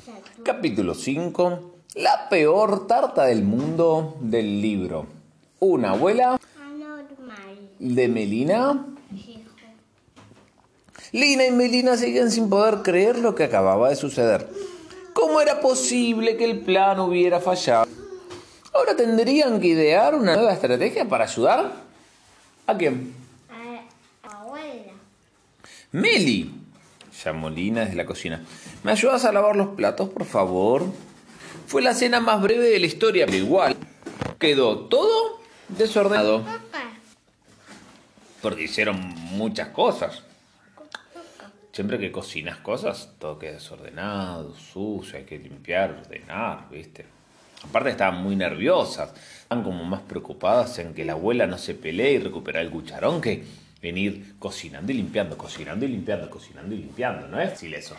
Capítulo 5. La peor tarta del mundo del libro. Una abuela Anormal. de Melina. Hijo. Lina y Melina seguían sin poder creer lo que acababa de suceder. ¿Cómo era posible que el plan hubiera fallado? Ahora tendrían que idear una nueva estrategia para ayudar. ¿A quién? A abuela. Meli, llamó Lina desde la cocina. ¿Me ayudas a lavar los platos, por favor? Fue la cena más breve de la historia, pero igual quedó todo desordenado. Papá. Porque hicieron muchas cosas. Siempre que cocinas cosas, todo queda desordenado, sucio, hay que limpiar, ordenar, ¿viste? Aparte estaban muy nerviosas. Estaban como más preocupadas en que la abuela no se pelee y recuperar el cucharón que venir cocinando y limpiando, cocinando y limpiando, cocinando y limpiando. No es fácil eso.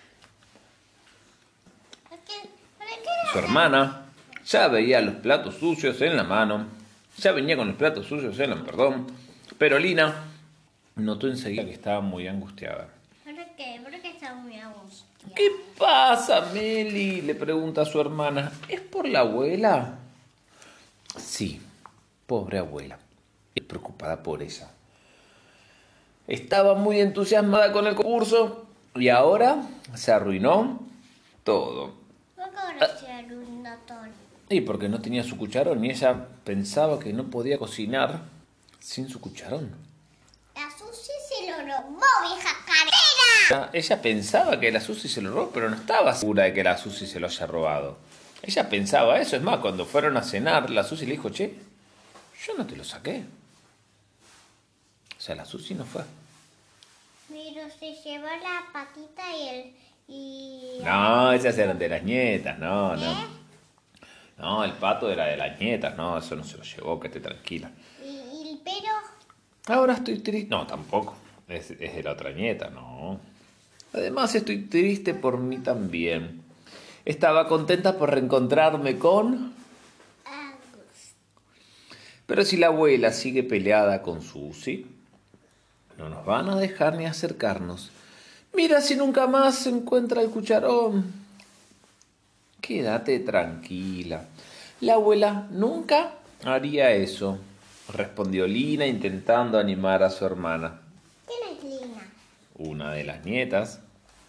¿Para qué? Su hermana ya veía los platos sucios en la mano. Ya venía con los platos sucios en la perdón. Pero Lina notó enseguida que estaba muy angustiada. ¿Para qué? ¿Por qué está muy angustiada? ¿Qué pasa, Meli? Le pregunta a su hermana. ¿Es por la abuela? Sí, pobre abuela. Es preocupada por ella. Estaba muy entusiasmada con el concurso y ahora se arruinó todo. ¿Por qué ahora se arruinó todo? Y porque no tenía su cucharón y ella pensaba que no podía cocinar sin su cucharón. La Susi se lo robó, vieja cartera. Ella pensaba que la Susi se lo robó, pero no estaba segura de que la Susi se lo haya robado. Ella pensaba eso. Es más, cuando fueron a cenar, la Susi le dijo, che, yo no te lo saqué. O sea, la Susi no fue. Pero se llevó la patita y No, esas eran de las nietas, no. ¿Eh? No, el pato era de las nietas, no, eso no se lo llevó, quédate tranquila. ¿Y el pelo? Ahora estoy triste. No, tampoco. Es de la otra nieta, no. Además estoy triste por mí también. Estaba contenta por reencontrarme con... Angus. Pero si la abuela sigue peleada con Susi, no nos van a dejar ni acercarnos. Mira si nunca más se encuentra el cucharón. Quédate tranquila. La abuela nunca haría eso, respondió Lina intentando animar a su hermana. ¿Quién es Lina? Una de las nietas.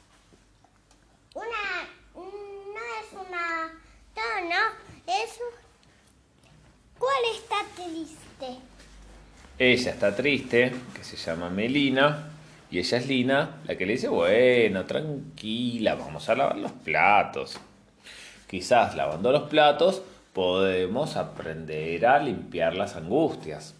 ¿Cuál está triste? Ella está triste, que se llama Melina, y ella es Lina, la que le dice, bueno, tranquila, vamos a lavar los platos. Quizás lavando los platos podemos aprender a limpiar las angustias.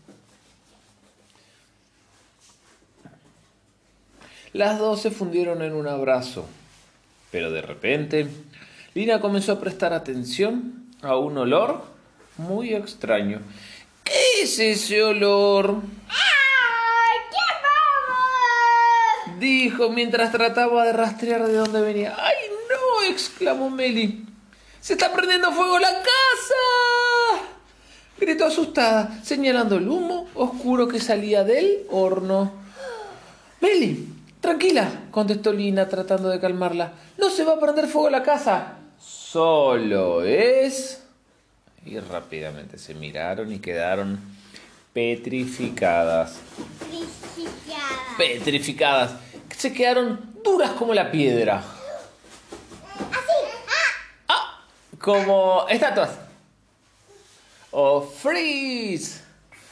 Las dos se fundieron en un abrazo, pero de repente Lina comenzó a prestar atención a un olor muy extraño. ¿Qué es ese olor?, ¡Ay, qué vamos! dijo mientras trataba de rastrear de dónde venía. ¡Ay, no!, exclamó Meli. ¡Se está prendiendo fuego la casa!, gritó asustada, señalando el humo oscuro que salía del horno. Meli, tranquila, contestó Lina tratando de calmarla. No se va a prender fuego la casa. Solo es... Y rápidamente se miraron y quedaron petrificadas. Petrificadas. Se quedaron duras como la piedra. Ah, como estatuas. O freeze.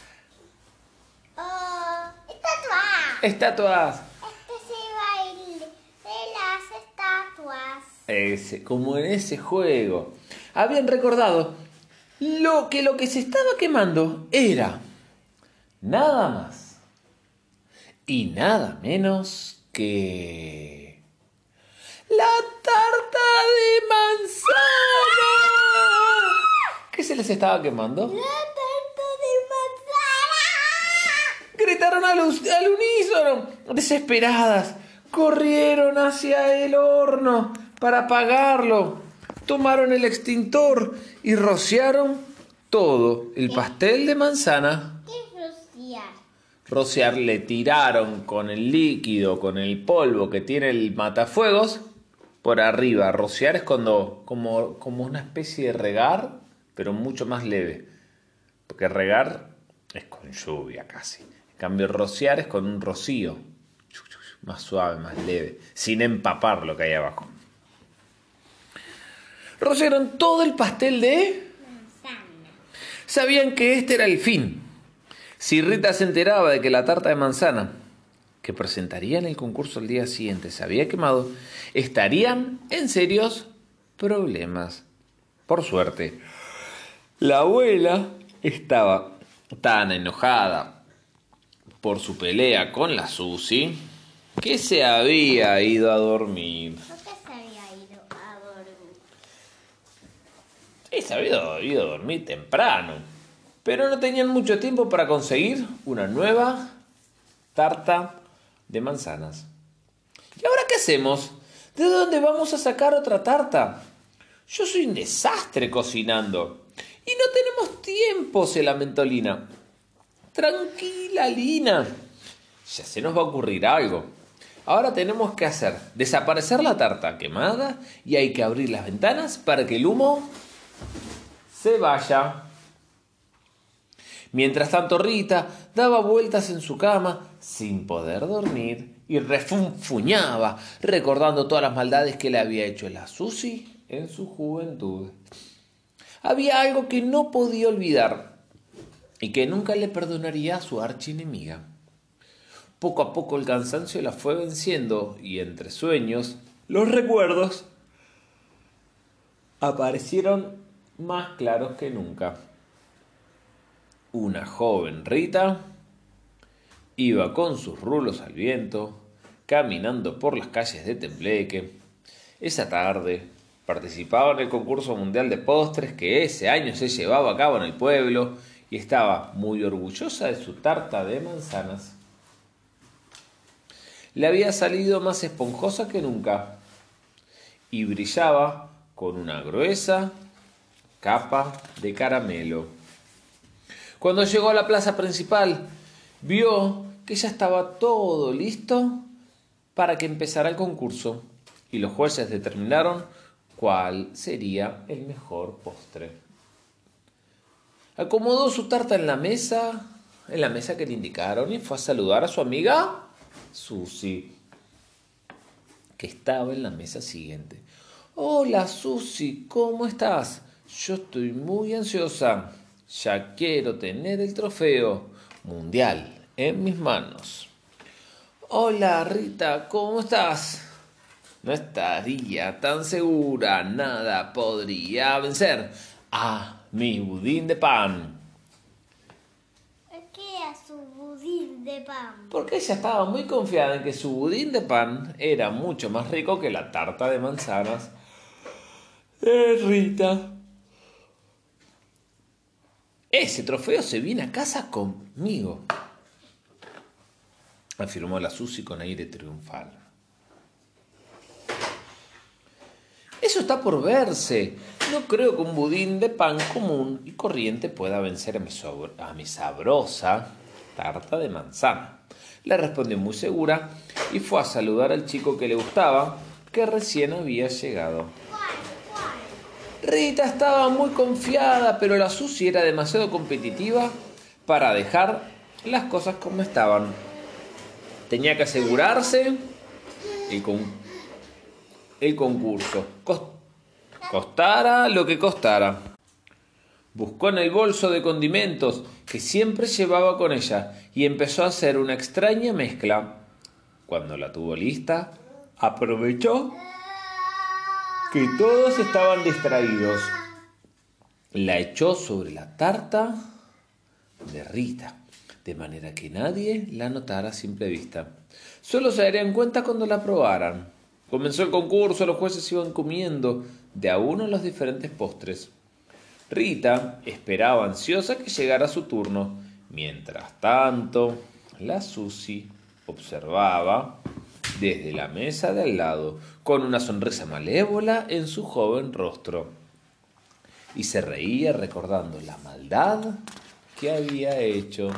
Estatuas. Este es el baile de las estatuas. Como en ese juego. Habían recordado lo que se estaba quemando era nada más y nada menos que la tarta de manzana. ¿Qué se les estaba quemando? ¡La tarta de manzana! Gritaron al unísono, desesperadas. Corrieron hacia el horno para apagarlo. Tomaron el extintor y rociaron todo el pastel de manzana. ¿Qué es rociar? Rociar, le tiraron con el líquido, con el polvo que tiene el matafuegos, por arriba. Rociar es como una especie de regar, pero mucho más leve. Porque regar es con lluvia casi. En cambio, rociar es con un rocío. Más suave, más leve. Sin empapar lo que hay abajo. Rociaron todo el pastel de... Manzana. Sabían que este era el fin. Si Rita se enteraba de que la tarta de manzana que presentaría en el concurso al día siguiente se había quemado, estarían en serios problemas. Por suerte, la abuela estaba tan enojada por su pelea con la Susi que se había ido a dormir. ¿Por qué se había ido a dormir? Sí, se había ido a dormir temprano, pero no tenían mucho tiempo para conseguir una nueva tarta de manzanas. ¿Y ahora qué hacemos? ¿De dónde vamos a sacar otra tarta? Yo soy un desastre cocinando. Y no tenemos tiempo, se lamentó Lina. Tranquila, Lina. Ya se nos va a ocurrir algo. Ahora tenemos que hacer desaparecer la tarta quemada y hay que abrir las ventanas para que el humo se vaya. Mientras tanto, Rita daba vueltas en su cama sin poder dormir y refunfuñaba, recordando todas las maldades que le había hecho la Susi en su juventud. Había algo que no podía olvidar y que nunca le perdonaría a su archienemiga. Poco a poco el cansancio la fue venciendo y entre sueños los recuerdos aparecieron más claros que nunca. Una joven Rita iba con sus rulos al viento, caminando por las calles de Tembleque. Esa tarde participaba en el concurso mundial de postres que ese año se llevaba a cabo en el pueblo y estaba muy orgullosa de su tarta de manzanas. Le había salido más esponjosa que nunca y brillaba con una gruesa capa de caramelo. Cuando llegó a la plaza principal, vio que ya estaba todo listo para que empezara el concurso y los jueces determinaron cuál sería el mejor postre. Acomodó su tarta en la mesa que le indicaron y fue a saludar a su amiga Susi, que estaba en la mesa siguiente. Hola Susi, ¿cómo estás? Yo estoy muy ansiosa. Ya quiero tener el trofeo mundial en mis manos. Hola Rita, ¿cómo estás? No estaría tan segura, nada podría vencer a mi budín de pan. ¿Qué es su budín de pan? Porque ella estaba muy confiada en que su budín de pan era mucho más rico que la tarta de manzanas de Rita. Ese trofeo se viene a casa conmigo, afirmó la Susi con aire triunfal. Eso está por verse. No creo que un budín de pan común y corriente pueda vencer a mi sabrosa tarta de manzana. Le respondió muy segura y fue a saludar al chico que le gustaba, que recién había llegado. Rita estaba muy confiada, pero la Susi era demasiado competitiva para dejar las cosas como estaban. Tenía que asegurarse el concurso, costara lo que costara. Buscó en el bolso de condimentos que siempre llevaba con ella y empezó a hacer una extraña mezcla. Cuando la tuvo lista, aprovechó que todos estaban distraídos. La echó sobre la tarta de Rita, de manera que nadie la notara a simple vista. Solo se darían cuenta cuando la probaran. Comenzó el concurso, los jueces iban comiendo de a uno los diferentes postres. Rita esperaba ansiosa que llegara su turno. Mientras tanto, la Susi observaba desde la mesa de al lado, con una sonrisa malévola en su joven rostro, y se reía recordando la maldad que había hecho.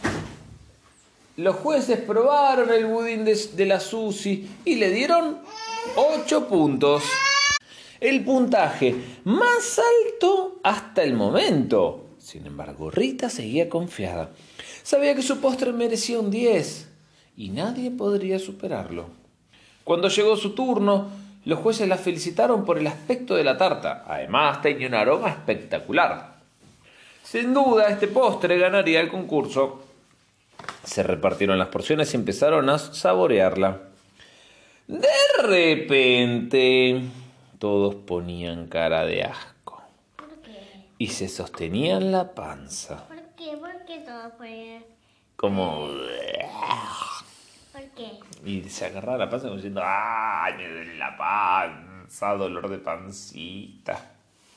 Los jueces probaron el budín de la Susi y le dieron 8 puntos. El puntaje más alto hasta el momento. Sin embargo, Rita seguía confiada. Sabía que su postre merecía un 10 y nadie podría superarlo. Cuando llegó su turno, los jueces la felicitaron por el aspecto de la tarta. Además, tenía un aroma espectacular. Sin duda, este postre ganaría el concurso. Se repartieron las porciones y empezaron a saborearla. De repente, todos ponían cara de asco. ¿Por qué? Y se sostenían la panza. ¿Por qué? ¿Por qué todo fue? Como... ¿Por qué? Y se agarraba la panza como diciendo, ¡ay, me duele la panza! Dolor de pancita.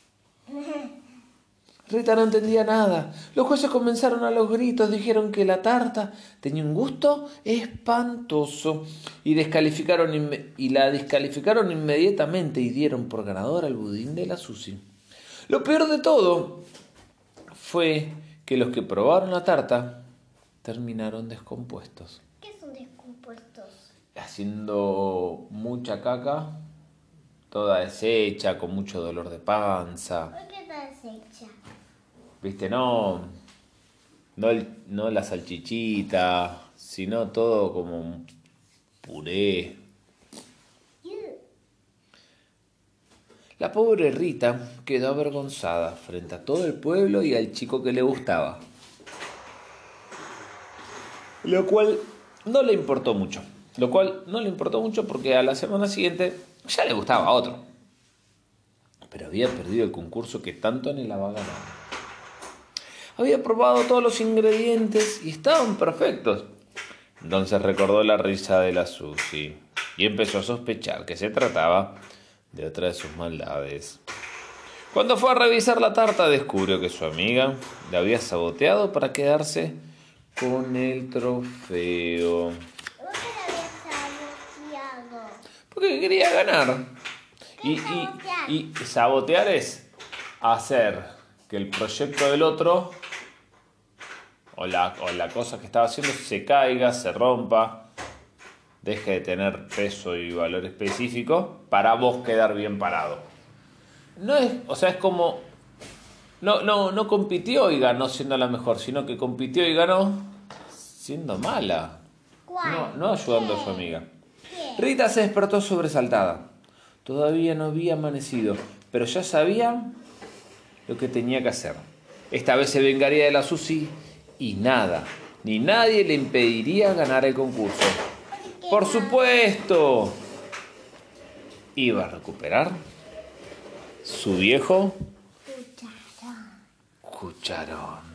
Rita no entendía nada. Los jueces comenzaron a los gritos, dijeron que la tarta tenía un gusto espantoso y la descalificaron inmediatamente y dieron por ganador al budín de la Susi. Lo peor de todo fue que los que probaron la tarta terminaron descompuestos, ¿Qué son descompuestos? haciendo mucha caca, toda deshecha, con mucho dolor de panza. ¿Por qué está deshecha? Viste, no la salchichita, sino todo como un puré. La pobre Rita quedó avergonzada frente a todo el pueblo y al chico que le gustaba. Lo cual no le importó mucho. Porque a la semana siguiente ya le gustaba a otro. Pero había perdido el concurso que tanto anhelaba ganar. Había probado todos los ingredientes y estaban perfectos. Entonces recordó la risa de la Susi y empezó a sospechar que se trataba de otra de sus maldades. Cuando fue a revisar la tarta, descubrió que su amiga la había saboteado para quedarse con el trofeo. ¿Por qué la había saboteado? Porque quería ganar. Y sabotear es hacer que el proyecto del otro o la cosa que estaba haciendo se caiga, se rompa, deje de tener peso y valor específico para vos quedar bien parado. Es como no compitió y ganó siendo la mejor, sino que compitió y ganó siendo mala. ¿Cuál? No ayudando a su amiga. ¿Qué? Rita se despertó sobresaltada. Todavía no había amanecido, pero ya sabía lo que tenía que hacer. Esta vez se vengaría de la Susi y nada, ni nadie le impediría ganar el concurso. Por supuesto, iba a recuperar su viejo cucharón.